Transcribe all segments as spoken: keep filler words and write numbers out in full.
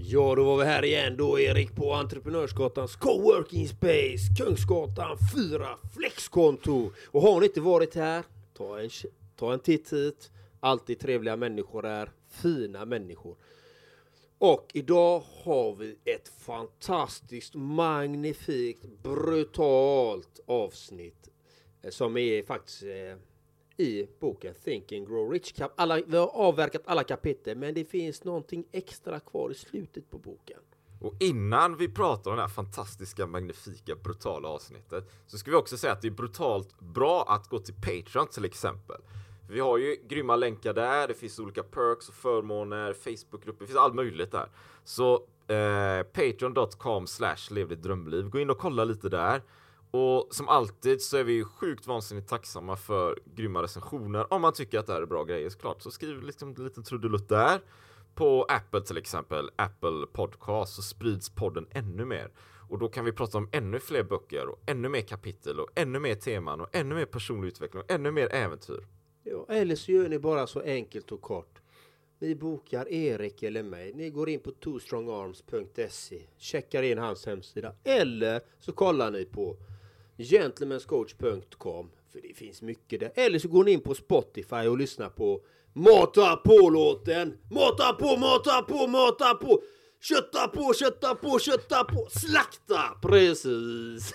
Ja, då var vi här igen då, Erik, på Entreprenörsgatans Coworking Space, Kungsgatan fyra, Flexkontor. Och har ni inte varit här, ta en, ta en titt hit. Alltid trevliga människor här, fina människor. Och idag har vi ett fantastiskt, magnifikt, brutalt avsnitt som är faktiskt eh, i boken Think and Grow Rich. Alla, vi har avverkat alla kapitel, men det finns någonting extra kvar i slutet på boken. Och innan vi pratar om det här fantastiska, magnifika, brutala avsnittet så ska vi också säga att det är brutalt bra att gå till Patreon till exempel. Vi har ju grymma länkar där, det finns olika perks och förmåner, Facebookgrupper, det finns allt möjligt där. Så eh, patreon dot com slash lev ditt drömliv, gå in och kolla lite där. Och som alltid så är vi sjukt vansinnigt tacksamma för grymma recensioner. Om man tycker att det här är bra grejer såklart, så skriv liksom en liten trudelutt där. På Apple till exempel, Apple Podcast, så sprids podden ännu mer. Och då kan vi prata om ännu fler böcker och ännu mer kapitel och ännu mer teman och ännu mer personlig utveckling och ännu mer äventyr. Ja, eller så gör ni bara så enkelt och kort. Ni bokar Erik eller mig. Ni går in på two strong arms dot se, checkar in hans hemsida. Eller så kollar ni på gentlemans coach dot com, för det finns mycket där. Eller så går ni in på Spotify och lyssnar på Mata på-låten. Mata på, mata på, mata på. Kötta på, kötta på, kötta på. Slakta! Precis.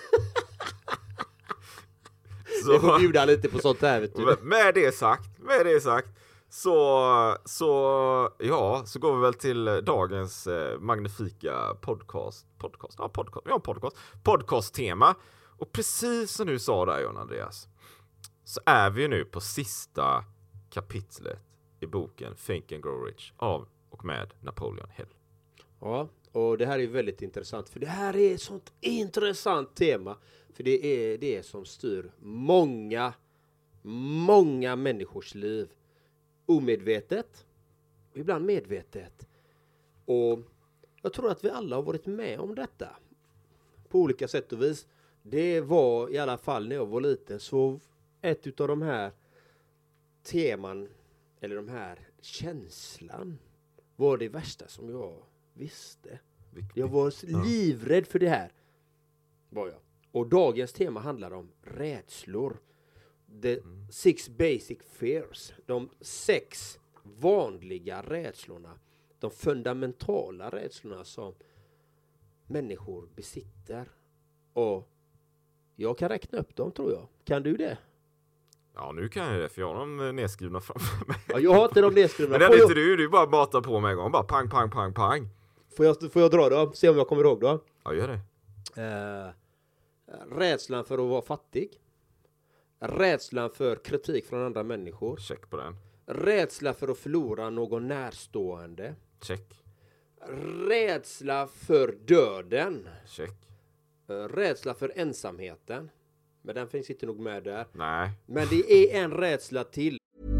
Så, jag får bjuda lite på sånt här, vet du. Med det sagt, med det sagt så, så, ja, så går vi väl till dagens eh, magnifika podcast. Podcast, ja, podcast, ja, podcast. Podcast-tema. Och precis som du sa där, John Andreas, så är vi nu på sista kapitlet i boken Think and Grow Rich av och med Napoleon Hill. Ja, och det här är väldigt intressant, för det här är ett sånt intressant tema. För det är det som styr många, många människors liv. Omedvetet, och ibland medvetet. Och jag tror att vi alla har varit med om detta på olika sätt och vis. Det var i alla fall när jag var liten, så ett av de här teman, eller de här känslan, var det värsta som jag visste. Jag var livrädd för det här, var jag. Och dagens tema handlar om rädslor. The six basic fears. De sex vanliga rädslorna. De fundamentala rädslorna som människor besitter. Och jag kan räkna upp dem, tror jag. Kan du det? Ja, nu kan jag det, för jag har dem nedskrivna framför mig. Ja, jag har inte dem nedskrivna. Men det är inte du, du bara matar på mig en gång. Bara pang, pang, pang, pang. Får jag, får jag dra då? Se om jag kommer ihåg då. Ja, gör det. Uh, rädslan för att vara fattig. Rädslan för kritik från andra människor. Check på den. Rädsla för att förlora någon närstående. Check. Rädsla för döden. Check. Uh, rädsla för ensamheten. Men den finns inte nog med där. Nej. Men det är en rädsla till.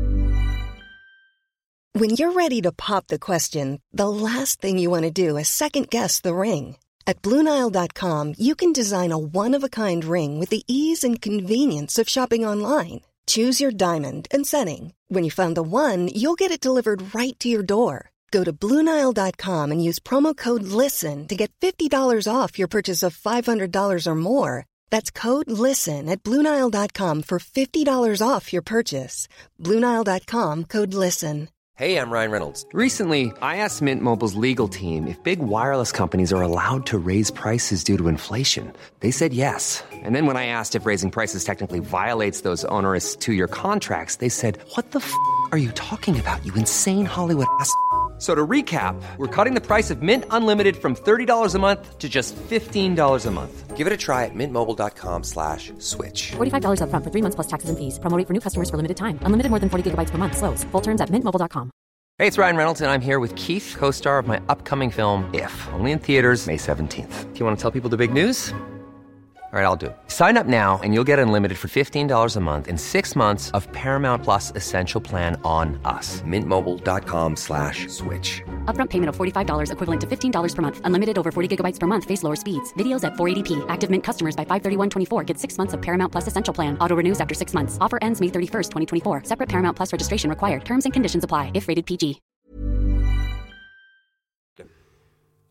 When you're ready to pop the question, the last thing you want to do is second guess the ring. At Blue Nile dot com, you can design a one-of-a-kind ring with the ease and convenience of shopping online. Choose your diamond and setting. When you find the one, you'll get it delivered right to your door. Go to Blue Nile dot com and use promo code LISTEN to get fifty dollars off your purchase of five hundred dollars or more. That's code LISTEN at Blue Nile dot com for fifty dollars off your purchase. Blue Nile dot com, code LISTEN. Hey, I'm Ryan Reynolds. Recently, I asked Mint Mobile's legal team if big wireless companies are allowed to raise prices due to inflation. They said yes. And then when I asked if raising prices technically violates those onerous two-year contracts, they said, what the f*** are you talking about, you insane Hollywood ass f- So to recap, we're cutting the price of Mint Unlimited from thirty dollars a month to just fifteen dollars a month. Give it a try at mintmobile.com slash switch. forty-five dollars up front for three months plus taxes and fees. Promo rate for new customers for limited time. Unlimited more than forty gigabytes per month. Slows full terms at mint mobile dot com. Hey, it's Ryan Reynolds, and I'm here with Keith, co-star of my upcoming film, If, only in theaters May seventeenth. Do you want to tell people the big news? All right, I'll do it. Sign up now and you'll get unlimited for fifteen dollars a month and six months of Paramount Plus Essential Plan on us. Mintmobile.com slash switch. Upfront payment of forty-five dollars equivalent to fifteen dollars per month. Unlimited over forty gigabytes per month. Face lower speeds. Videos at four eighty p. Active Mint customers by five thirty-one twenty-four get six months of Paramount Plus Essential Plan. Auto renews after six months. Offer ends May thirty-first, twenty twenty-four. Separate Paramount Plus registration required. Terms and conditions apply if rated P G.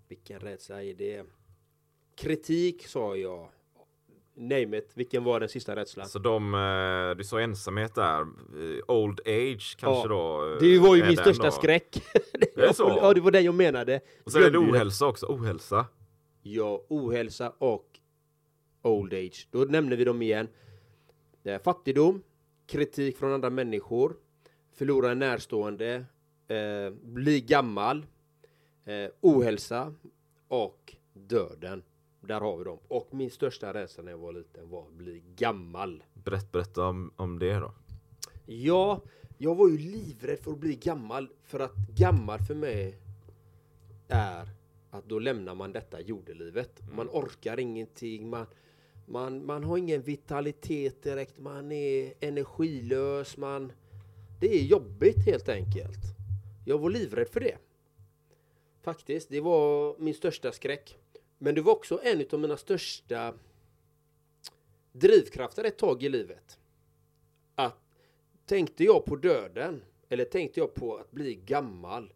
Vilken rädsla är det? Kritik sa jag. Name it. Vilken var den sista rädslan? Så de, eh, du sa ensamhet där. Eh, Old age kanske Ja, då. eh, Det var ju är min den största då. skräck. Det är så? Ja, det var det jag menade. Och så är det Glömde ju ohälsa också. Ohälsa. Ja, ohälsa och old age. Då nämner vi dem igen. Det är fattigdom, kritik från andra människor, förlora en närstående, eh, bli gammal, eh, ohälsa och döden. Där har vi dem. Och min största rädsla när jag var liten var att bli gammal. Berätt, berätta om, om det då. Ja, jag var ju livrädd för att bli gammal. För att gammal för mig är att då lämnar man detta jordelivet. Man orkar ingenting. Man, man, man har ingen vitalitet direkt. Man är energilös. Man, det är jobbigt helt enkelt. Jag var livrädd för det. Faktiskt, det var min största skräck. Men det var också en av mina största drivkrafter ett tag i livet. Att tänkte jag på döden, eller tänkte jag på att bli gammal,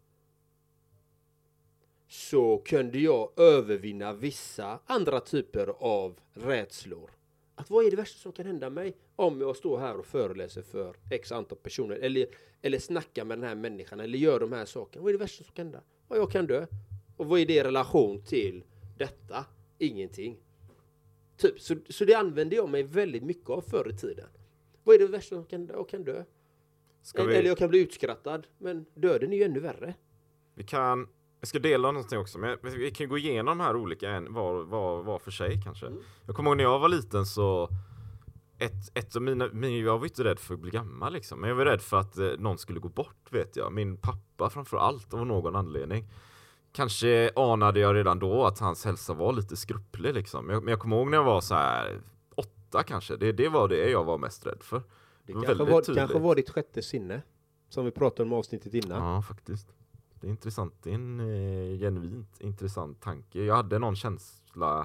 så kunde jag övervinna vissa andra typer av rädslor. Att vad är det värsta som kan hända mig om jag står här och föreläser för x antal personer, eller, eller snackar med den här människan, eller gör de här sakerna. Vad är det värsta som kan hända? Ja, jag kan dö. Och vad är det i relation till detta? Ingenting. Typ, så, så det använde jag mig väldigt mycket av förr i tiden. Vad är det värsta som kan hända? Jag kan dö. Ska vi... Eller jag kan bli utskrattad. Men döden är ju ännu värre. Vi kan... Jag ska dela någonting också, men vi kan gå igenom de här olika en, var, var, var för sig kanske. Mm. Jag kommer ihåg när jag var liten så... Ett, ett av mina, min, jag var inte rädd för att bli gammal liksom. Men jag var rädd för att eh, någon skulle gå bort, vet jag. Min pappa framför allt, av någon anledning. Kanske anade jag redan då att hans hälsa var lite skrupplig liksom. Men jag, men jag kommer ihåg när jag var så här åtta kanske. Det, det var det jag var mest rädd för. Det, det var kanske, var, kanske var ditt sjätte sinne. Som vi pratade om avsnittet innan. Ja, faktiskt. Det är intressant. Det är en eh, genuint intressant tanke. Jag hade någon känsla,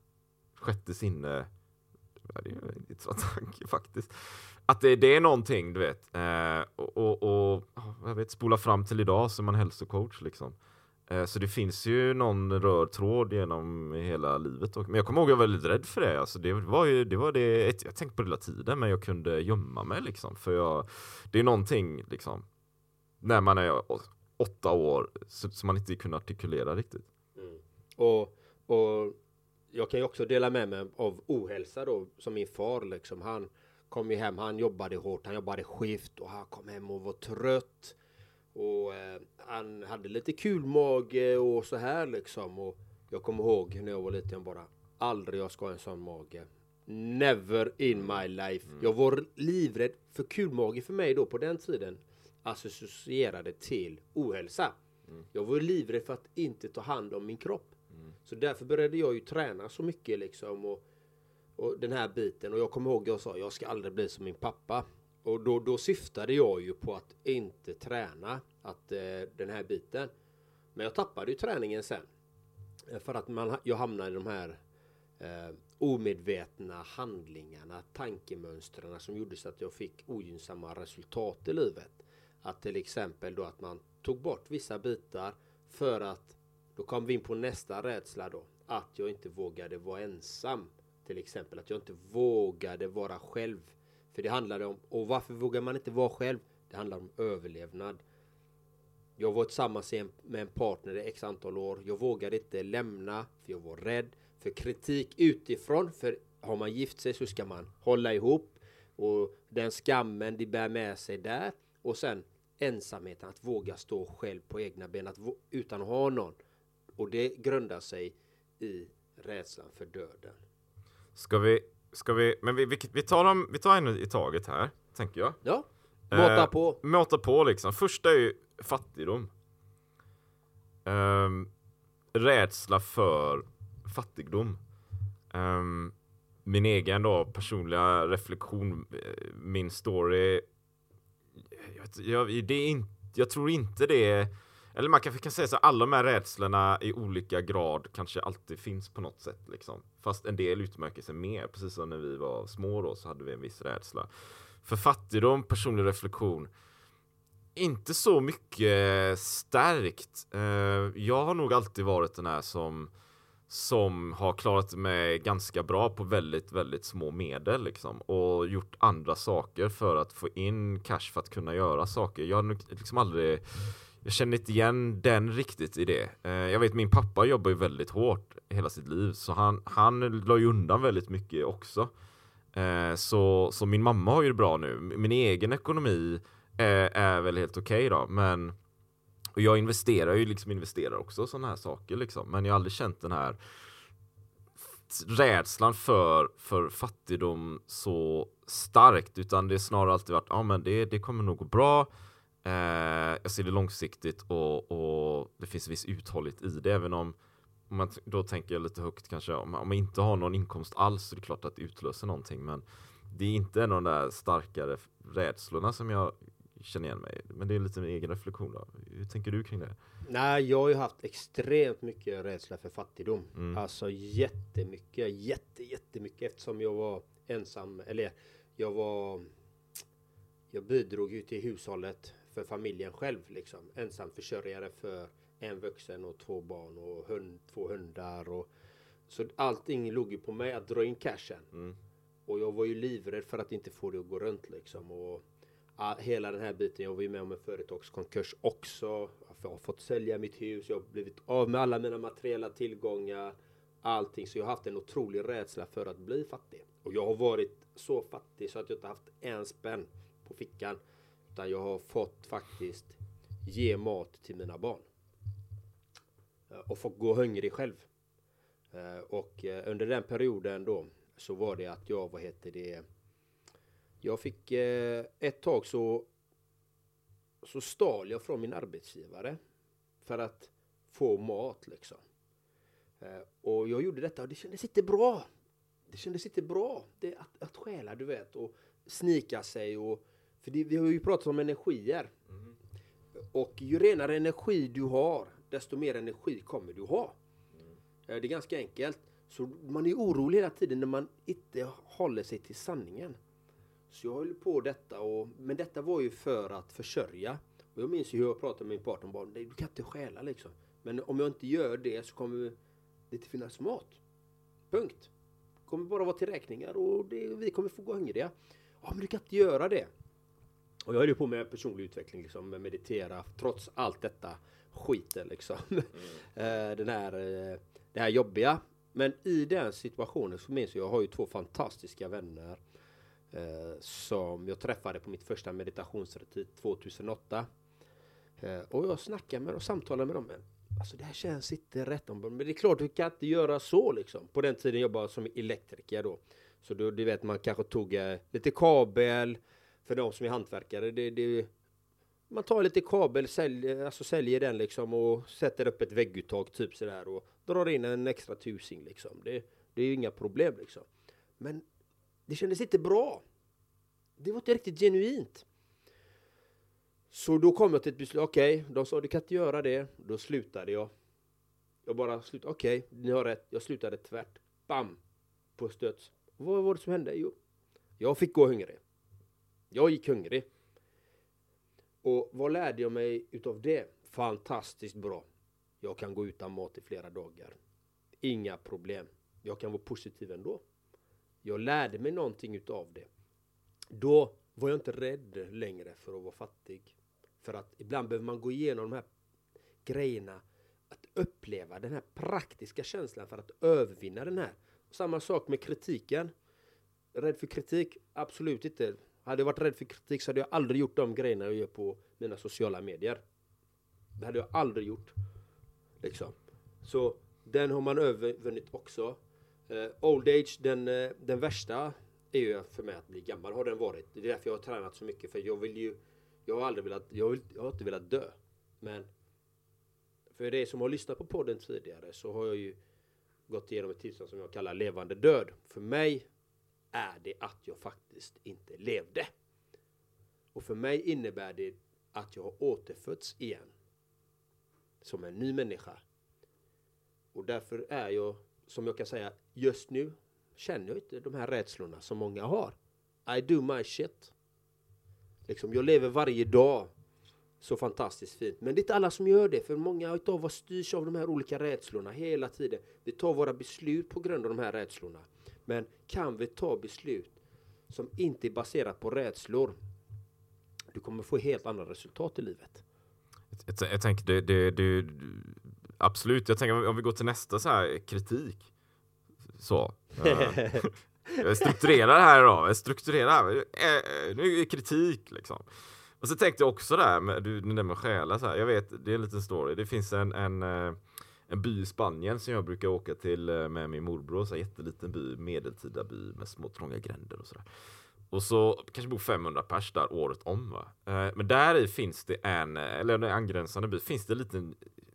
sjätte sinne, ja, det är en intressant tanke faktiskt. Att det, det är någonting, du vet. Eh, och, och, och jag vet, spola fram till idag så är man hälsocoach liksom. Eh, så det finns ju någon röd tråd genom hela livet. Men jag kommer ihåg att jag var väldigt rädd för det. Alltså det var ju, det var det, jag tänkte på det hela tiden, men jag kunde gömma mig liksom. För jag, det är någonting liksom, när man är åtta år så, så man inte kunde artikulera riktigt. Mm. Och, och jag kan ju också dela med mig av ohälsa då, som min far liksom. Han kom ju hem, han jobbade hårt, han jobbade skift och han kom hem och var trött. Och eh, han hade lite kul mage och så här liksom. Och jag kommer ihåg när jag var liten bara, aldrig jag ska ha en sån mage. Never in my life. Mm. Jag var livrädd för kulmage för mig då på den tiden. Associerade till ohälsa. Mm. Jag var livrädd för att inte ta hand om min kropp. Mm. Så därför började jag ju träna så mycket liksom. Och, och den här biten. Och jag kommer ihåg jag sa, jag ska aldrig bli som min pappa. Och då, då syftade jag ju på att inte träna att, eh, den här biten. Men jag tappade ju träningen sen. För att man, jag hamnade i de här eh, omedvetna handlingarna, tankemönstren som gjorde så att jag fick ogynnsamma resultat i livet. Att till exempel då att man tog bort vissa bitar för att, då kom vi in på nästa rädsla då, att jag inte vågade vara ensam. Till exempel att jag inte vågade vara själv. För det handlade om, och varför vågar man inte vara själv? Det handlar om överlevnad. Jag var tillsammans med en partner i x antal år. Jag vågade inte lämna för jag var rädd för kritik utifrån. För har man gift sig så ska man hålla ihop. Och den skammen de bär med sig där. Och sen ensamheten, att våga stå själv på egna ben att vå- utan att ha någon. Och det grundar sig i rädslan för döden. Ska vi, ska vi, men vi, vi, vi, tar dem, vi tar en i taget här, tänker jag. Ja, mata eh, på. Mata på liksom. Första är ju fattigdom. Um, rädsla för fattigdom. Um, min egen då personliga reflektion, min story. Jag, jag, det är in, jag tror inte det är, eller man kan, kan säga så, alla de här rädslorna i olika grad kanske alltid finns på något sätt liksom. Fast en del utmärker sig mer. Precis som när vi var små då så hade vi en viss rädsla. För fattigdom, personlig reflektion. Inte så mycket stärkt. Jag har nog alltid varit den här som som har klarat mig ganska bra på väldigt, väldigt små medel liksom, och gjort andra saker för att få in cash för att kunna göra saker. Jag har liksom aldrig, jag känner inte igen den riktigt i det. Jag vet, min pappa jobbar ju väldigt hårt hela sitt liv, så han, han la ju undan väldigt mycket också. Så, så min mamma har ju det bra nu. Min egen ekonomi är, är väl helt okej då, men och jag investerar ju liksom investerar också sådana här saker liksom, men jag har aldrig känt den här rädslan för för fattigdom så starkt, utan det är snarare alltid varit ja men det det kommer nog gå bra. Eh, jag ser det långsiktigt och och det finns viss uthållighet i det, även om om man då tänker lite högt kanske, om, om man inte har någon inkomst alls så är det klart att det utlöser någonting, men det är inte någon där starkare rädslorna som jag känner igen mig. Men det är lite en egen reflektion då. Hur tänker du kring det? Nej, jag har ju haft extremt mycket rädsla för fattigdom. Mm. Alltså jättemycket, jätte, jättemycket, eftersom jag var ensam, eller jag var, jag bidrog ju till hushållet för familjen själv liksom. Ensam försörjare för en vuxen och två barn och hund, två hundar och så allting låg ju på mig att dra in cashen. Mm. Och jag var ju livrädd för att inte få det att gå runt liksom, och hela den här biten, jag var ju med om en företagskonkurs också. Jag har fått sälja mitt hus, jag har blivit av med alla mina materiella tillgångar, allting. Så jag har haft en otrolig rädsla för att bli fattig. Och jag har varit så fattig så att jag inte haft en spänn på fickan. Utan jag har fått faktiskt ge mat till mina barn. Och fått gå hungrig själv. Och under den perioden då så var det att jag, vad heter det... Jag fick eh, ett tag så så stal jag från min arbetsgivare för att få mat liksom. Eh, och jag gjorde detta och det kändes inte bra. Det kändes inte bra det att att stjäla, du vet, och snika sig, och för det, vi har ju pratat om energier. Mm. Och ju renare energi du har, desto mer energi kommer du ha. Mm. Eh, det är ganska enkelt. Så man är orolig hela tiden när man inte håller sig till sanningen. Så jag höll på detta, och, men detta var ju för att försörja. Och jag minns ju hur jag pratade med min partner om barn. Du kan inte stjäla liksom. Men om jag inte gör det så kommer det inte finnas mat. Punkt. Det kommer bara vara till räkningar och det, vi kommer få gå hungriga. Ja, men du kan inte göra det. Och jag höll ju på med personlig utveckling liksom, med meditera trots allt detta skiten liksom. Mm. Den här, det här jobbiga. Men i den situationen så minns jag, jag har ju två fantastiska vänner Eh, som jag träffade på mitt första meditationsretreat tjugohundraåtta. Eh, och jag snackade med och samtalade med dem. Men alltså det här känns inte rätt. Men det är klart, du kan inte göra så liksom. På den tiden jobbade jag som elektriker då. Så då, du vet, man kanske tog eh, lite kabel för de som är hantverkare. Det, det, man tar lite kabel, sälj, alltså säljer den liksom och sätter upp ett vägguttag typ sådär och drar in en extra tusing liksom. Det, det är ju inga problem liksom. Men det kändes inte bra. Det var inte riktigt genuint. Så då kom jag till ett beslut. Okej, okay, de sa du kan inte göra det. Då slutade jag. Jag bara slutade. Okej, okay, ni har rätt. Jag slutade tvärt. Bam! På stöts. Vad var det som hände? Jo, jag fick gå hungrig. Jag gick hungrig. Och vad lärde jag mig utav det? Fantastiskt bra. Jag kan gå utan mat i flera dagar. Inga problem. Jag kan vara positiv ändå. Jag lärde mig någonting utav det. Då var jag inte rädd längre för att vara fattig. För att ibland behöver man gå igenom de här grejerna. Att uppleva den här praktiska känslan för att övervinna den här. Samma sak med kritiken. Rädd för kritik? Absolut inte. Hade jag varit rädd för kritik så hade jag aldrig gjort de grejerna jag gör på mina sociala medier. Det hade jag aldrig gjort. Liksom. Så den har man övervunnit också. Uh, old age, den, uh, den värsta är ju för mig att bli gammal, har den varit. Det är därför jag har tränat så mycket, för jag vill ju, jag har aldrig velat, jag, vill, jag har inte velat dö. Men för det som har lyssnat på podden tidigare så har jag ju gått igenom ett tillstånd som jag kallar levande död. För mig är det att jag faktiskt inte levde. Och för mig innebär det att jag har återfötts igen. Som en ny människa. Och därför är jag, som jag kan säga, just nu känner jag inte de här rädslorna som många har. I do my shit. Liksom, jag lever varje dag så fantastiskt fint. Men det är inte alla som gör det, för många av oss styrs av de här olika rädslorna hela tiden. Vi tar våra beslut på grund av de här rädslorna. Men kan vi ta beslut som inte är baserat på rädslor, du kommer få helt andra resultat i livet. Jag, jag tänker, det, det, det, absolut, jag tänker om vi går till nästa så här kritik. Så. Jag strukturerar det här då. Jag strukturerar här. Nu är det kritik liksom. Och så tänkte jag också där med, du nämner stjäla så här. Jag vet, det är en liten story. Det finns en, en, en by i Spanien som jag brukar åka till med min morbror. Så här jätteliten by, medeltida by med små trånga gränder och sådär. Och så kanske bor femhundra pers där året om, va? Men där i finns det en, eller en angränsande by, finns det en liten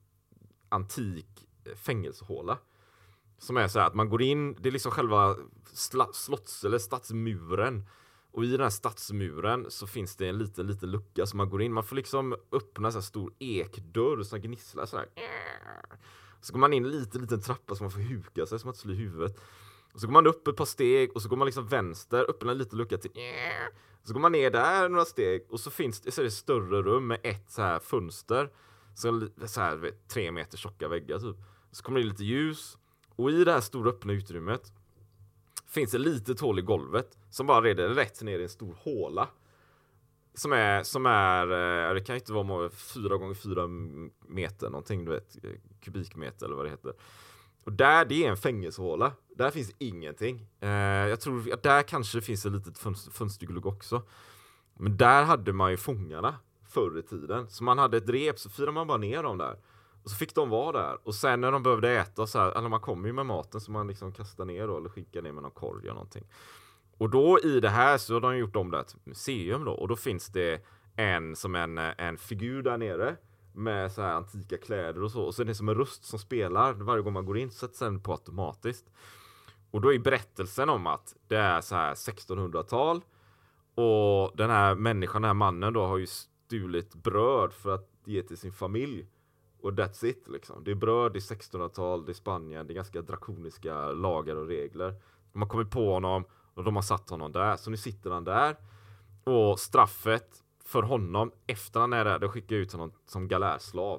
antik fängelsehåla. Som är så här att man går in, det är liksom själva sl- slotts- eller stadsmuren. Och i den här stadsmuren så finns det en liten, liten lucka som man går in. Man får liksom öppna så här stor ekdörr som gnisslar så här. Så går man in en liten, liten trappa som man får huka sig som att slå i huvudet. Och så går man upp ett par steg och så går man liksom vänster, öppnar en liten lucka till. Så går man ner där några steg och så finns det, så är det ett större rum med ett så här fönster. Så, så här, vet, tre meter tjocka väggar typ. Så kommer det lite ljus. Och i det här stora öppna utrymmet finns det lite hål i golvet som bara leder rätt ner i en stor håla. Som är, som är det kan ju inte vara fyra gånger fyra meter någonting, du vet, kubikmeter eller vad det heter. Och där, det är en fängelsehåla. Där finns ingenting. Eh, jag tror att där kanske finns ett litet fönster, fönsterglugg också. Men där hade man ju fångarna förr i tiden. Så man hade ett rep, så firade man bara ner dem där. Och så fick de vara där. Och sen när de behövde äta, så här, eller man kommer ju med maten så man liksom kastar ner då, eller skickar ner med någon korg eller någonting. Och då i det här så har de gjort om det till ett museum då. Och då finns det en som en, en figur där nere. Med så här antika kläder och så. Och så är det som en röst som spelar. Varje gång man går in så sätts den på automatiskt. Och då är berättelsen om att det är så här sextonhundratal. Och den här människan, den här mannen då, har ju stulit bröd för att ge till sin familj. Och that's it liksom. Det är bröd, det är sextonhundratal, det är Spanien. Det är ganska drakoniska lagar och regler. De har kommit på honom och de har satt honom där. Så nu sitter han där. Och straffet för honom, efter han är där, då skickar jag ut honom som galärslav.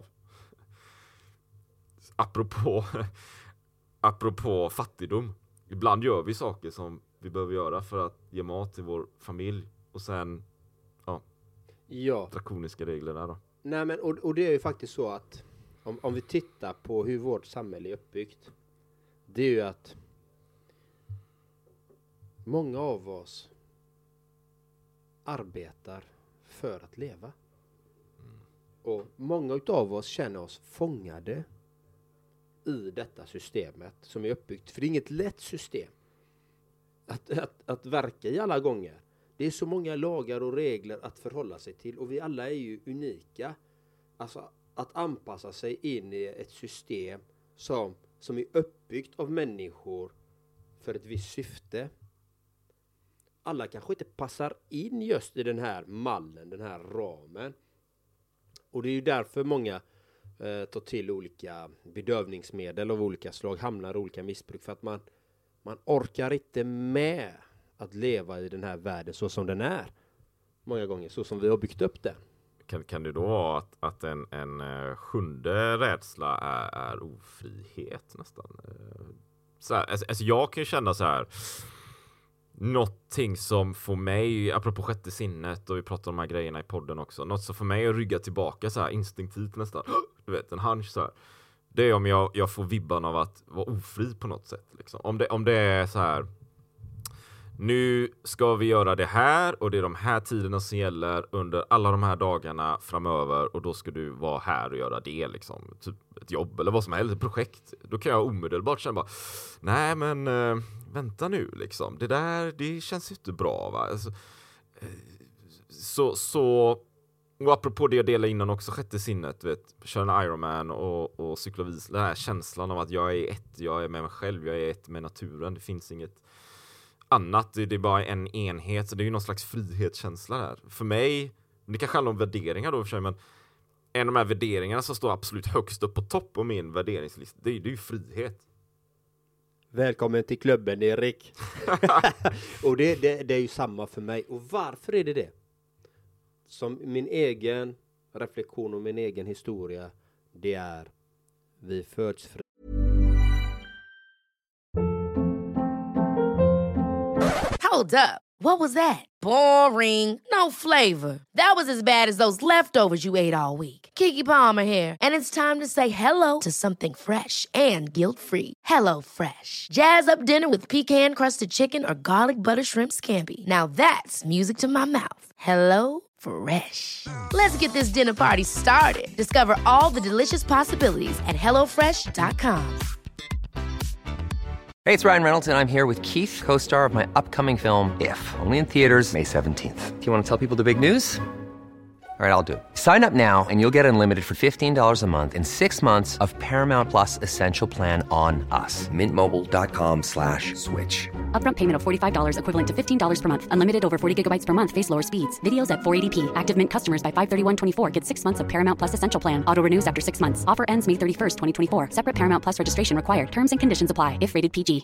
Apropå, apropå fattigdom. Ibland gör vi saker som vi behöver göra för att ge mat till vår familj. Och sen, ja, ja. drakoniska regler där då. Nej, men, och, och det är ju faktiskt så att om, om vi tittar på hur vårt samhälle är uppbyggt. Det är ju att många av oss arbetar för att leva. Mm. Och många utav oss känner oss fångade i detta systemet som är uppbyggt. För det är inget lätt system att, att, att verka i alla gånger. Det är så många lagar och regler att förhålla sig till. Och vi alla är ju unika. Alltså att anpassa sig in i ett system som, som är uppbyggt av människor för ett visst syfte. Alla kanske inte passar in just i den här mallen, den här ramen. Och det är ju därför många eh, tar till olika bedövningsmedel av olika slag, hamnar i olika missbruk. För att man, man orkar inte med att leva i den här världen så som den är. Många gånger, så som vi har byggt upp den. Kan, kan det då vara att, att en, en uh, sjunde rädsla är, är ofrihet nästan? Uh, så här, alltså, alltså jag kan ju känna så här... Någonting som får mig, apropå sjätte sinnet, och vi pratar om de här grejerna i podden också, något som får mig att rygga tillbaka så här instinktivt nästan, du vet, en hunch så här. Det är om jag, jag får vibban av att vara ofri på något sätt liksom. Om det, om det är så här, nu ska vi göra det här och det är de här tiderna som gäller under alla de här dagarna framöver och då ska du vara här och göra det liksom, typ ett jobb eller vad som helst, ett projekt. Då kan jag omedelbart känna bara, nej men äh, vänta nu liksom, det där, det känns inte bra va. Alltså, äh, så, så, och apropå det jag delade innan också, sjätte sinnet, vet, köra en Ironman och, och cykla vis, den här känslan av att jag är ett, jag är med mig själv, jag är ett med naturen, det finns inget annat, det är bara en enhet, så det är ju någon slags frihetskänsla där. För mig, det kanske handlar om värderingar då för sig, men en av de här värderingarna som står absolut högst upp på topp på min värderingslista, det är, det är ju frihet. Välkommen till klubben, Erik. Och det, det, det är ju samma för mig. Och varför är det det? Som min egen reflektion om min egen historia, det är vi föds fria. Hold up. What was that? Boring. No flavor. That was as bad as those leftovers you ate all week. Keke Palmer here, and it's time to say hello to something fresh and guilt-free. Hello Fresh. Jazz up dinner with pecan-crusted chicken or garlic butter shrimp scampi. Now that's music to my mouth. Hello Fresh. Let's get this dinner party started. Discover all the delicious possibilities at hello fresh dot com. Hey, it's Ryan Reynolds, and I'm here with Keith, co-star of my upcoming film, If, only in theaters May seventeenth. Do you want to tell people the big news? All right, I'll do it. Sign up now and you'll get unlimited for fifteen dollars a month and six months of Paramount Plus Essential Plan on us. Mint Mobile dot com slash switch. Upfront payment of forty-five dollars equivalent to fifteen dollars per month. Unlimited over forty gigabytes per month. Face lower speeds. Videos at four eighty p. Active Mint customers by five thirty-one twenty-four get six months of Paramount Plus Essential Plan. Auto renews after six months. Offer ends May thirty-first, twenty twenty-four. Separate Paramount Plus registration required. Terms and conditions apply if rated P G.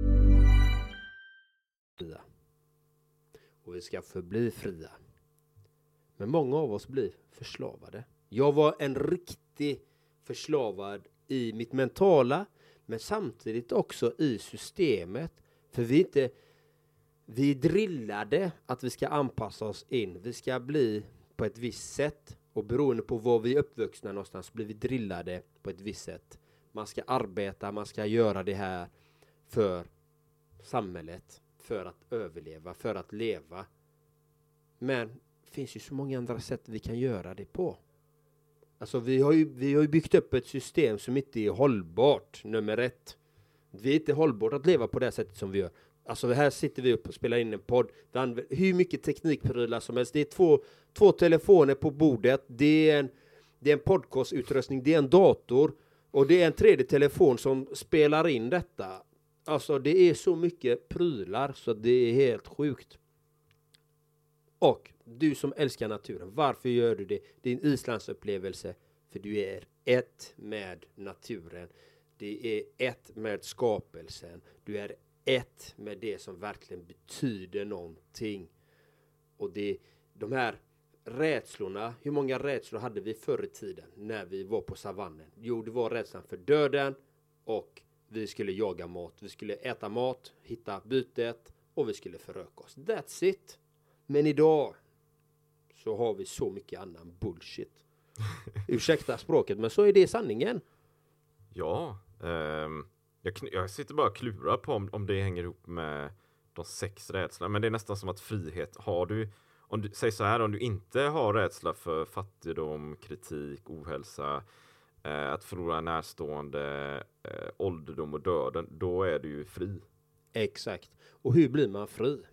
Och vi ska förbli fria. Men många av oss blir förslavade. Jag var en riktig förslavad i mitt mentala, men samtidigt också i systemet. För vi inte vi drillade att vi ska anpassa oss in. Vi ska bli på ett visst sätt, och beroende på var vi är uppvuxna någonstans blir vi drillade på ett visst sätt. Man ska arbeta, man ska göra det här för samhället, för att överleva, för att leva. Men det finns ju så många andra sätt vi kan göra det på. Alltså vi har ju, vi har ju byggt upp ett system som inte är hållbart, nummer ett. Det är inte hållbart att leva på det sättet som vi gör. Alltså här sitter vi upp och spelar in en podd. Vi använder hur mycket teknikprylar som helst. Det är två, två telefoner på bordet. Det är en, det är en podcastutrustning. Det är en dator. Och det är en tredje telefon som spelar in detta. Alltså det är så mycket prylar så det är helt sjukt. Och du som älskar naturen, varför gör du det? Det är en islandsupplevelse, för du är ett med naturen. Det är ett med skapelsen. Du är ett med det som verkligen betyder någonting. Och det, de här rädslorna, hur många rädslor hade vi förr i tiden när vi var på savannen? Jo, det var rädslan för döden, och vi skulle jaga mat. Vi skulle äta mat, hitta bytet, och vi skulle föröka oss. That's it. Men idag så har vi så mycket annan bullshit. Ursäkta språket, men så är det sanningen. Ja, um, jag, jag sitter bara och klurar på om, om det hänger ihop med de sex rädslorna. Men det är nästan som att frihet har du. Om du säger så här, om du inte har rädsla för fattigdom, kritik, ohälsa, eh, att förlora närstående, eh, ålderdom och döden, då är du ju fri. Exakt. Och hur blir man fri?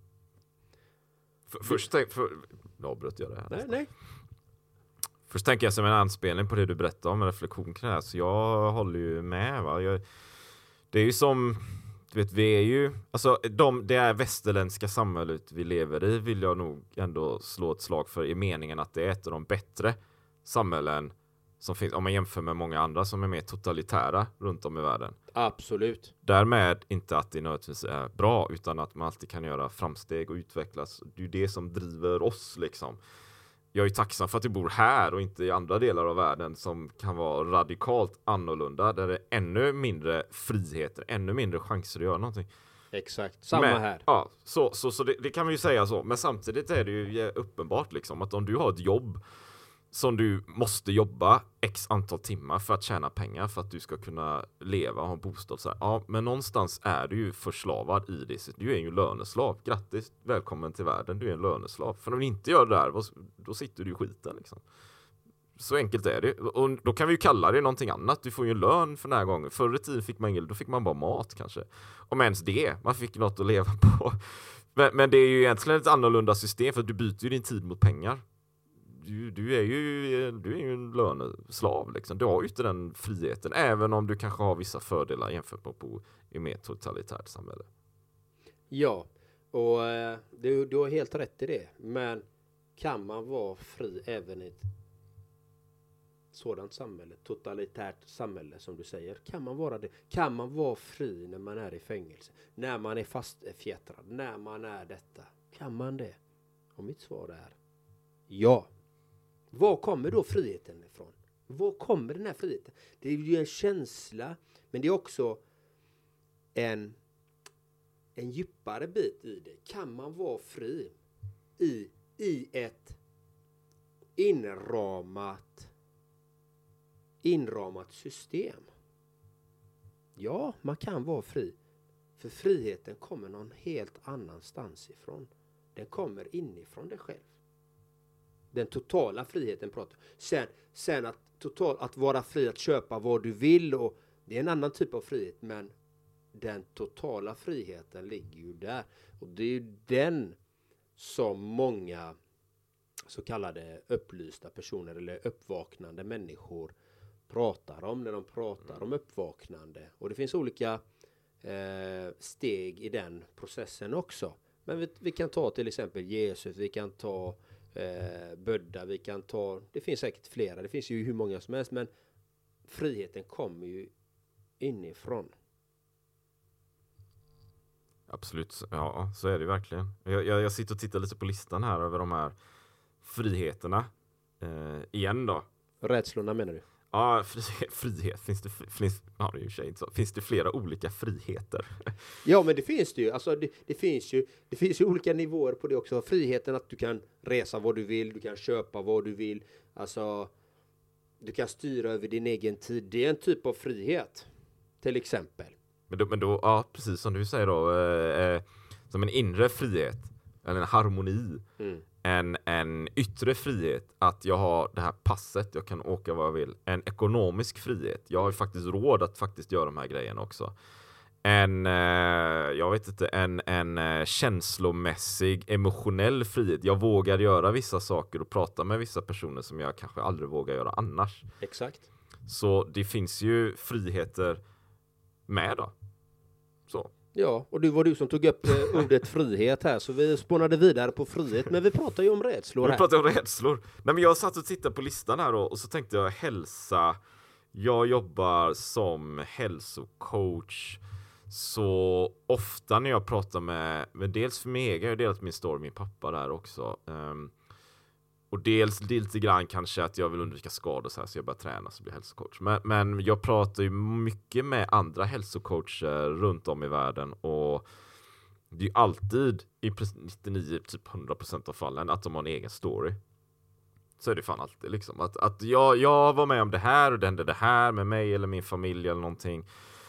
För, först tänk, för, ja, bröt jag det här. Nej, nej. Först tänker jag som en anspelning på det du berättade om, en reflektion kring det här. Så jag håller ju med, va. Jag, det är ju som, du vet, vi är ju, alltså de, det är västerländska samhället vi lever i vill jag nog ändå slå ett slag för, i meningen att det är ett av de bättre samhällen som finns, om man jämför med många andra som är mer totalitära runt om i världen. Absolut. Därmed inte att det nödvändigtvis är bra, utan att man alltid kan göra framsteg och utvecklas. Det är ju det som driver oss liksom. Jag är ju tacksam för att jag bor här och inte i andra delar av världen som kan vara radikalt annorlunda, där det är ännu mindre friheter, ännu mindre chanser att göra någonting. Exakt, samma Men, här. Ja, så, så, så det, det kan vi ju säga så. Men samtidigt är det ju uppenbart liksom att om du har ett jobb som du måste jobba x antal timmar för att tjäna pengar för att du ska kunna leva och ha en bostad. Så här. Ja, men någonstans är du ju förslavad i det. Du är ju en löneslav. Grattis, välkommen till världen. Du är en löneslav. För om du inte gör det där, då sitter du i skiten liksom. Så enkelt är det. Och då kan vi ju kalla det någonting annat. Du får ju en lön för den här gången. Förr i tiden fick man ingen, då fick man bara mat kanske. Om ens det. Man fick något att leva på. Men, men det är ju egentligen ett annorlunda system, för att du byter ju din tid mot pengar. Du, du, är ju, du är ju en löneslav liksom. Du har ju inte den friheten, även om du kanske har vissa fördelar jämfört med att bo i mer totalitärt samhälle. Ja, och eh, du, du har helt rätt i det. Men kan man vara fri även i ett sådant samhälle, totalitärt samhälle som du säger? Kan man vara det? Kan man vara fri när man är i fängelse? När man är fastfjättrad? När man är detta? Kan man det? Och mitt svar är ja. Var kommer då friheten ifrån? Var kommer den här friheten? Det är ju en känsla, men det är också en, en djupare bit i det. Kan man vara fri i, i ett inramat, inramat system? Ja, man kan vara fri. För friheten kommer någon helt annanstans ifrån. Den kommer inifrån dig själv. Den totala friheten pratar. Sen, sen att, total, att vara fri att köpa vad du vill. Och det är en annan typ av frihet. Men den totala friheten ligger ju där. Och det är ju den som många så kallade upplysta personer eller uppvaknande människor pratar om när de pratar om uppvaknande. Och det finns olika eh, steg i den processen också. Men vi, vi kan ta till exempel Jesus, vi kan ta eh, Buddha, vi kan ta, det finns säkert flera, det finns ju hur många som helst, men friheten kommer ju inifrån. Absolut, ja, så är det verkligen. Jag, jag, jag sitter och tittar lite på listan här över de här friheterna. Eh, igen då. Rädslorna menar du? Ja, frihet, frihet. Finns det, finns, ja, det är ju sig inte så. Finns det flera olika friheter? Ja, men det finns det ju. Alltså, det, det, finns ju. Det finns ju olika nivåer på det också. Friheten att du kan resa vad du vill, du kan köpa vad du vill. Alltså, du kan styra över din egen tid. Det är en typ av frihet, till exempel. Men då, men då ja, precis som du säger då, eh, som en inre frihet, eller en harmoni. Mm. En, en yttre frihet, att jag har det här passet, jag kan åka vad jag vill. En ekonomisk frihet, jag har ju faktiskt råd att faktiskt göra de här grejerna också. En, eh, jag vet inte, en, en eh, känslomässig, emotionell frihet. Jag vågar göra vissa saker och prata med vissa personer som jag kanske aldrig vågar göra annars. Exakt. Så det finns ju friheter med då. Så. Ja, och det var du som tog upp eh, ordet frihet här, så vi spånade vidare på frihet, men vi pratar ju om rädslor här. Vi pratar om rädslor. Nej, men jag satt och tittade på listan här då, och så tänkte jag hälsa. Jag jobbar som hälsocoach, så ofta när jag pratar med, med dels för mig egen, jag har delat min story med min pappa där också. Um, och dels lite grann kanske att jag vill undvika skador så här, så jag börjar träna så blir hälsocoach. Men, men jag pratar ju mycket med andra hälsocoacher runt om i världen, och det är ju alltid i nittionio, typ hundra procent av fallen att de har en egen story. Så är det fan alltid liksom. Att, att jag, jag var med om det här och det hände det här med mig eller min familj eller någonting.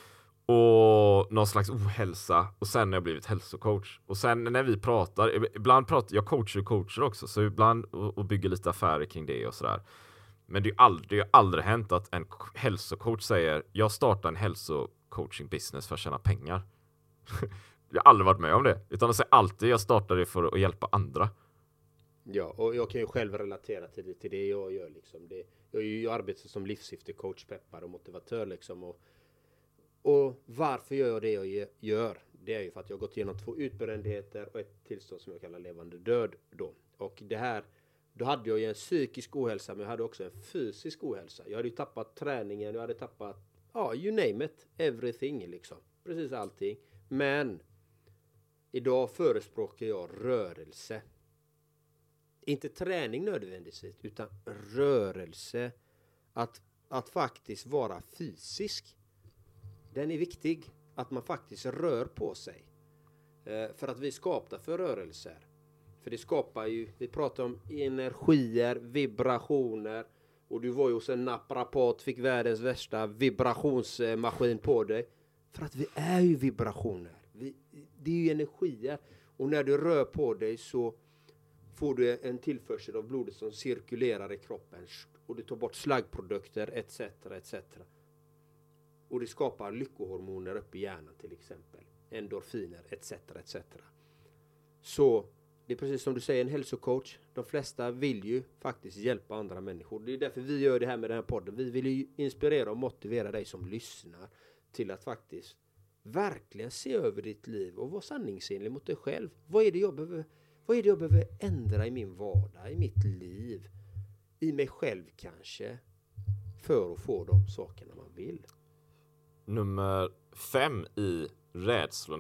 Och någon slags ohälsa. Och sen har jag blivit hälsocoach. Och sen när vi pratar, ibland pratar jag coachar och coacher också. Så ibland och, och bygger lite affärer kring det och sådär. Men det är aldrig, det har aldrig hänt att en hälsocoach säger jag startar en hälsocoaching business för att tjäna pengar. Jag har aldrig varit med om det. Utan de säger alltid jag startar det för att hjälpa andra. Ja, och jag kan ju själv relatera till det, till det jag gör liksom. Det, jag, jag arbetar som livssyftecoach, peppar och motivatör liksom. Och, och varför gör jag det jag gör? Det är ju för att jag har gått igenom två utbrändheter och ett tillstånd som jag kallar levande död då. Och det här, då hade jag ju en psykisk ohälsa, men jag hade också en fysisk ohälsa. Jag hade ju tappat träningen, jag hade tappat, ja, you name it, everything liksom. Precis allting. Men idag förespråkar jag rörelse. Inte träning nödvändigtvis, utan rörelse. Att, att faktiskt vara fysisk. Den är viktig. Att man faktiskt rör på sig. Eh, för att vi skapar för rörelser. För det skapar ju, vi pratar om energier, vibrationer. Och du var ju hos en naprapat, fick världens värsta vibrationsmaskin på dig. För att vi är ju vibrationer. Vi, det är ju energier. Och när du rör på dig så får du en tillförsel av blodet som cirkulerar i kroppen. Och du tar bort slaggprodukter etc. etc. Och det skapar lyckohormoner upp i hjärnan till exempel. Endorfiner etc. etc. Så det är precis som du säger, en hälsocoach. De flesta vill ju faktiskt hjälpa andra människor. Det är därför vi gör det här med den här podden. Vi vill ju inspirera och motivera dig som lyssnar till att faktiskt verkligen se över ditt liv och vara sanningsenlig mot dig själv. Vad är det jag behöver, vad är det jag behöver ändra i min vardag, i mitt liv, i mig själv kanske, för att få de sakerna man vill. Nummer fem i rädslorna.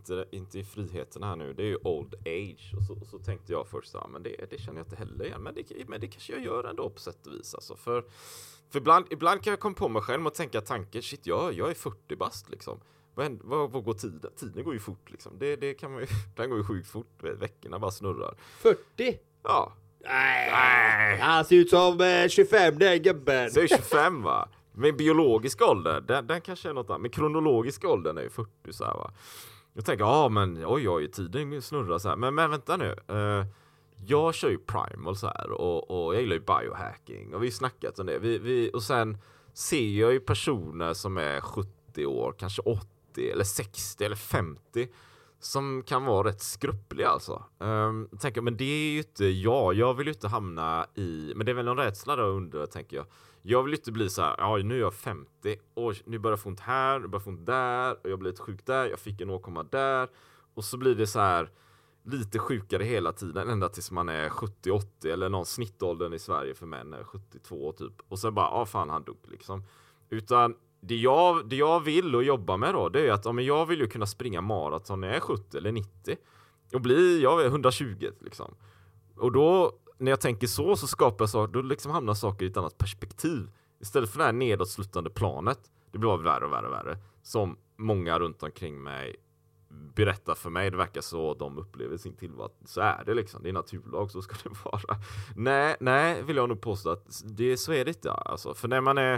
inte, inte i friheten här nu. Det är ju old age. Och så, och så tänkte jag först, ja, men det, det känner jag inte heller igen. Men det, men det kanske jag gör ändå på sätt och vis. Alltså. För, för ibland, ibland kan jag komma på mig själv och tänka tanken, shit, jag, jag är fyrtio bast liksom. Vad, vad, vad går tiden? Tiden går ju fort liksom. Det, det kan man ju, den går ju sjukt fort. Veckorna bara snurrar. fyrtio? Ja. Nej, Nej. Han ser ut som eh, tjugofem, den gubben. Så är tjugofem, va? Men biologisk ålder, den, den kanske är något annat. Men kronologisk ålder är ju fyrtio så här, va? Jag tänker, ja men oj oj, tiden snurrar så här. Men, men vänta nu. Uh, jag kör ju primal så här. Och, och jag gillar ju biohacking. Och vi har snackat om det. Vi, vi, och sen ser jag ju personer som är sjuttio år, kanske åttio eller sextio eller femtio. Som kan vara rätt skruppliga alltså. Um, tänker, men det är ju inte jag. Jag vill ju inte hamna i... Men det är väl någon rädsla där under, tänker jag. Jag vill ju inte bli så här, ja nu är jag femtio. Och nu börjar jag få ont här, nu börjar jag få ont där. Och jag blir lite sjuk där, jag fick en åkomma där. Och så blir det så här lite sjukare hela tiden. Ända tills man är sjuttio åttio. Eller någon snittåldern i Sverige för män är sjuttiotvå typ. Och så bara, ja fan han dog liksom. Utan... Det jag, det jag vill och jobba med då, det är att ja, jag vill ju kunna springa maraton när jag är sjuttio eller nittio. Och bli, jag är hundratjugo liksom. Och då, när jag tänker så, så skapar jag saker, då liksom hamnar saker i ett annat perspektiv. Istället för det här nedåtslutande planet. Det blir bara värre och värre och värre. Som många runt omkring mig berättar för mig. Det verkar så de upplever sin tillvaro. Så är det liksom, det är naturlag, så ska det vara. Nej, nej, vill jag nog påstå att det, så är det inte. Alltså, för när man är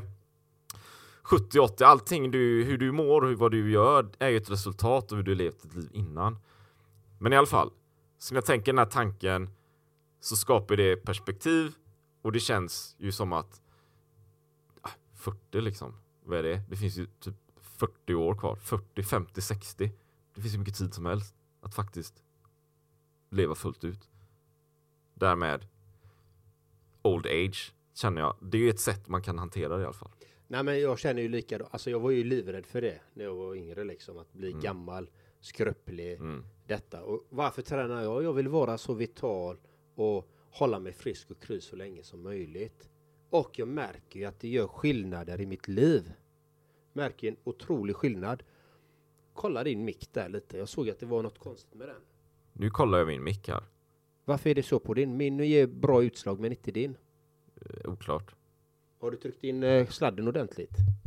sjuttio åttio, allting du, hur du mår och vad du gör är ju ett resultat av hur du levt ett liv innan. Men i alla fall, så när jag tänker den här tanken så skapar det perspektiv och det känns ju som att ah, fyrtio liksom, vad är det? Det finns ju typ fyrtio år kvar, fyrtio, femtio, sextio. Det finns ju mycket tid som helst att faktiskt leva fullt ut. Därmed old age känner jag, det är ju ett sätt man kan hantera det i alla fall. Nej, men jag känner ju lika då. Alltså jag var ju livrädd för det när jag var yngre liksom. Att bli mm. gammal, skröplig, mm. detta. Och varför tränar jag? Jag vill vara så vital och hålla mig frisk och kry så länge som möjligt. Och jag märker ju att det gör skillnader i mitt liv. Märker en otrolig skillnad. Kolla din mick där lite. Jag såg att det var något konstigt med den. Nu kollar jag min mick här. Varför är det så på din? Min ger bra utslag men inte din. Uh, oklart. Har du tryckt in eh, sladden ordentligt?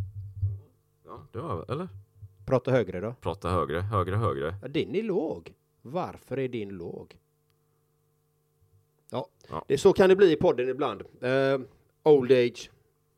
Ja, det var eller? Prata högre då. Prata högre, högre, högre. Ja, din är låg. Varför är din låg? Ja, ja. Det, så kan det bli i podden ibland. Uh, old age.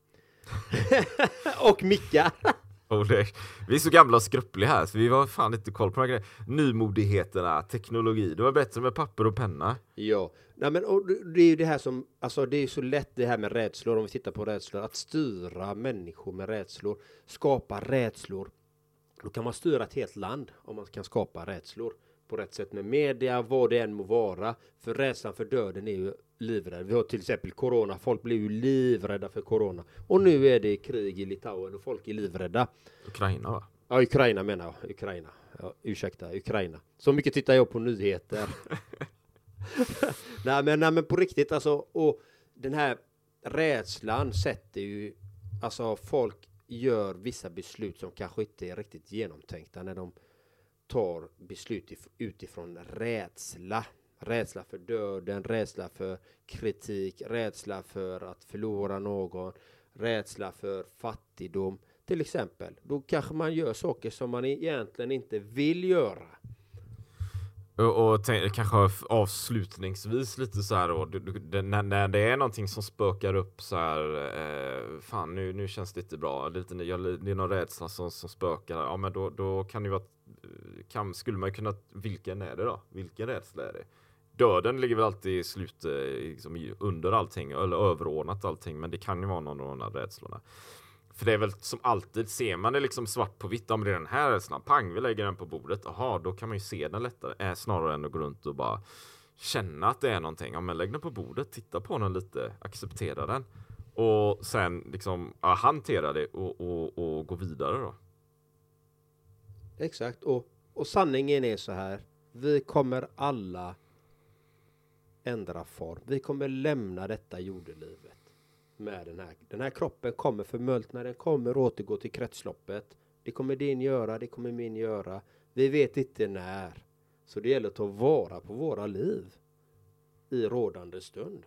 Och micka. Old age. Vi är så gamla och skruppliga här så vi var fan inte koll på några grejer. Nymodigheterna, teknologi. Det var bättre med papper och penna. Ja. Nej, men och det är ju det här som, alltså det är så lätt det här med rädslor, om vi tittar på rädslor, att styra människor med rädslor, skapa rädslor. Då kan man styra ett helt land om man kan skapa rädslor på rätt sätt med media, vad det än må vara. För rädslan för döden är ju livrädd. Vi har till exempel corona, folk blir ju livrädda för corona. Och nu är det krig i Litauen och folk är livrädda. Ukraina va? Ja, Ukraina menar jag. Ukraina. Ja, ursäkta, Ukraina. Så mycket tittar jag på nyheter. nej, men, nej men på riktigt alltså, och den här rädslan sätter ju, alltså folk gör vissa beslut som kanske inte är riktigt genomtänkta när de tar beslut if- utifrån rädsla. Rädsla för döden, rädsla för kritik, rädsla för att förlora någon, rädsla för fattigdom till exempel. Då kanske man gör saker som man egentligen inte vill göra. Och, och tänk, kanske avslutningsvis lite så här då, du, du, när, när det är någonting som spökar upp så här, eh, fan nu, nu känns det inte bra, lite, det är någon rädsla som, som spökar, ja men då, då kan det vara, kan, skulle man kunna, vilken är det då? Vilken rädsla är det? Döden ligger väl alltid i slut, liksom, under allting, eller överordnat allting, men det kan ju vara någon av de här rädslorna. För det är väl som alltid, ser man det liksom svart på vitt, om det är den här rädslan, pang, vi lägger den på bordet, aha, då kan man ju se den lättare, äh, snarare än att gå runt och bara känna att det är någonting. Ja, men lägg den på bordet, titta på den lite, acceptera den och sen liksom ja, hantera det och, och, och gå vidare då. Exakt, och, och sanningen är så här, vi kommer alla ändra form, vi kommer lämna detta jordelivet med den här. Den här kroppen kommer förmultna, den kommer återgå till kretsloppet Det kommer din göra, det kommer min göra. Vi vet inte när. Så det gäller att ta vara på våra liv i rådande stund.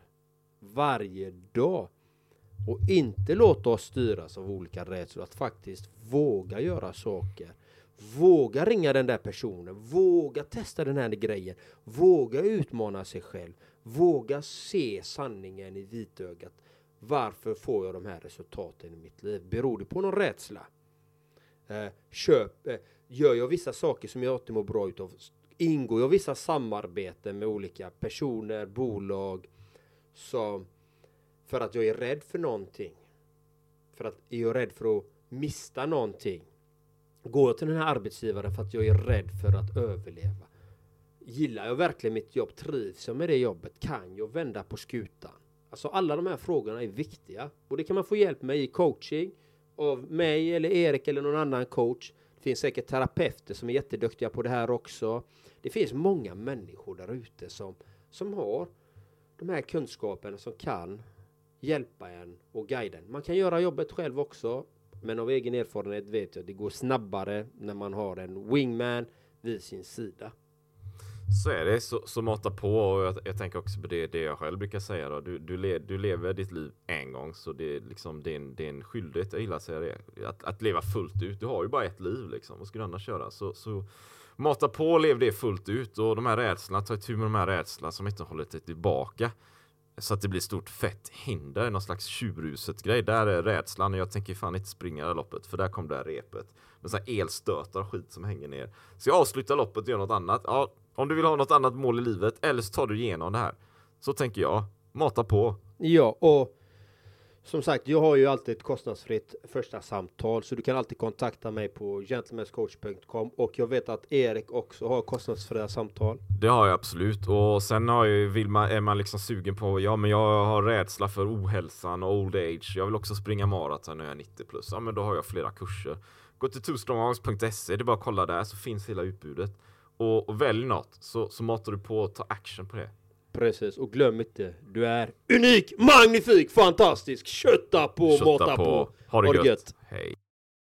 Varje dag. Och inte låta oss styras av olika rädslor. Att faktiskt våga göra saker. Våga ringa den där personen. Våga testa den här grejen. Våga utmana sig själv. Våga se sanningen i vitögat. Varför får jag de här resultaten i mitt liv? Beror det på någon rädsla? Eh, köp, eh, gör jag vissa saker som jag alltid mår bra utav? Ingår jag vissa samarbeten med olika personer, bolag, som, för att jag är rädd för någonting? För att jag är rädd för att mista någonting? Går jag till den här arbetsgivaren för att jag är rädd för att överleva? Gillar jag verkligen mitt jobb? Trivs jag med det jobbet? Kan jag vända på skutan? Alltså alla de här frågorna är viktiga. Och det kan man få hjälp med i coaching. Av mig eller Erik eller någon annan coach. Det finns säkert terapeuter som är jätteduktiga på det här också. Det finns många människor där ute som, som har de här kunskaperna, som kan hjälpa en och guida en. Man kan göra jobbet själv också. Men av egen erfarenhet vet jag att det går snabbare när man har en wingman vid sin sida. Så är det, så, så mata på. Och jag, jag tänker också på det, det jag själv brukar säga då. Du, du, le, du lever ditt liv en gång, så det är liksom det är en, det är en skyldighet, jag gillar att säga det, att, att leva fullt ut. Du har ju bara ett liv liksom, vad ska du annars köra? Så, så mata på och lev det fullt ut. Och de här rädslorna, ta itu med de här rädslorna som inte håller dig tillbaka. Så att det blir stort fett hinder, någon slags tjurruset grej. Där är rädslan, och jag tänker fan inte springa det loppet, för där kom det här repet. Med så här elstötar och skit som hänger ner. Så jag avslutar loppet och gör något annat. Ja, om du vill ha något annat mål i livet, eller så tar du igenom det här. Så tänker jag, mata på. Ja, och som sagt, jag har ju alltid ett kostnadsfritt första samtal, så du kan alltid kontakta mig på gentlemanscoach punkt com, och jag vet att Erik också har kostnadsfria samtal. Det har jag absolut, och sen har jag, vill man, är man liksom sugen på, ja men jag har rädsla för ohälsan och old age, jag vill också springa maraton när jag är nittio plus, ja men då har jag flera kurser. Gå till two strong arms punkt se, det är bara att kolla där, så finns hela utbudet. Och, och välj något, så, så matar du på och tar action på det. Precis, och glöm inte, du är unik, magnifik, fantastisk. Kötta på, Kötta mata på. på. Ha det Ha det gött. gött. Hej.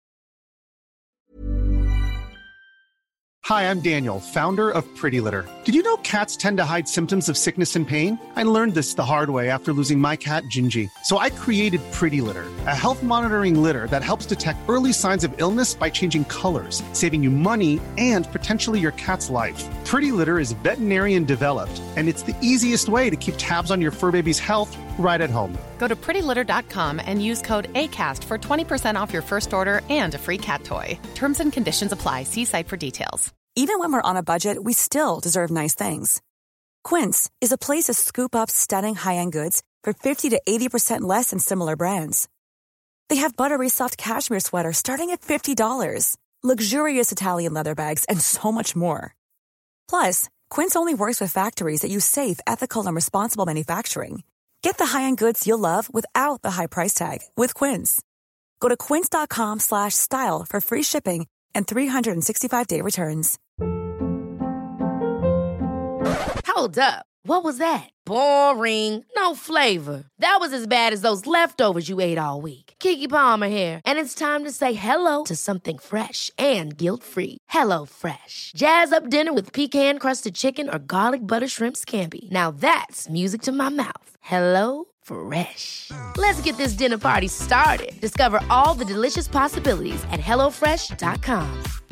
Hi, I'm Daniel, founder of Pretty Litter. Did you know cats tend to hide symptoms of sickness and pain? I learned this the hard way after losing my cat, Gingy. So I created Pretty Litter, a health monitoring litter that helps detect early signs of illness by changing colors, saving you money and potentially your cat's life. Pretty Litter is veterinarian developed, and it's the easiest way to keep tabs on your fur baby's health right at home. Go to pretty litter dot com and use code ACAST for twenty percent off your first order and a free cat toy. Terms and conditions apply. See site for details. Even when we're on a budget, we still deserve nice things. Quince is a place to scoop up stunning high-end goods for fifty to eighty percent less than similar brands. They have buttery soft cashmere sweaters starting at fifty dollars, luxurious Italian leather bags, and so much more. Plus, Quince only works with factories that use safe, ethical, and responsible manufacturing. Get the high-end goods you'll love without the high price tag with Quince. Go to quince dot com slash style for free shipping and three sixty-five day returns. Hold up. What was that? Boring. No flavor. That was as bad as those leftovers you ate all week. Keke Palmer here, and it's time to say hello to something fresh and guilt-free. Hello Fresh. Jazz up dinner with pecan-crusted chicken or garlic butter shrimp scampi. Now that's music to my mouth. Hello Fresh. Let's get this dinner party started. Discover all the delicious possibilities at hello fresh dot com.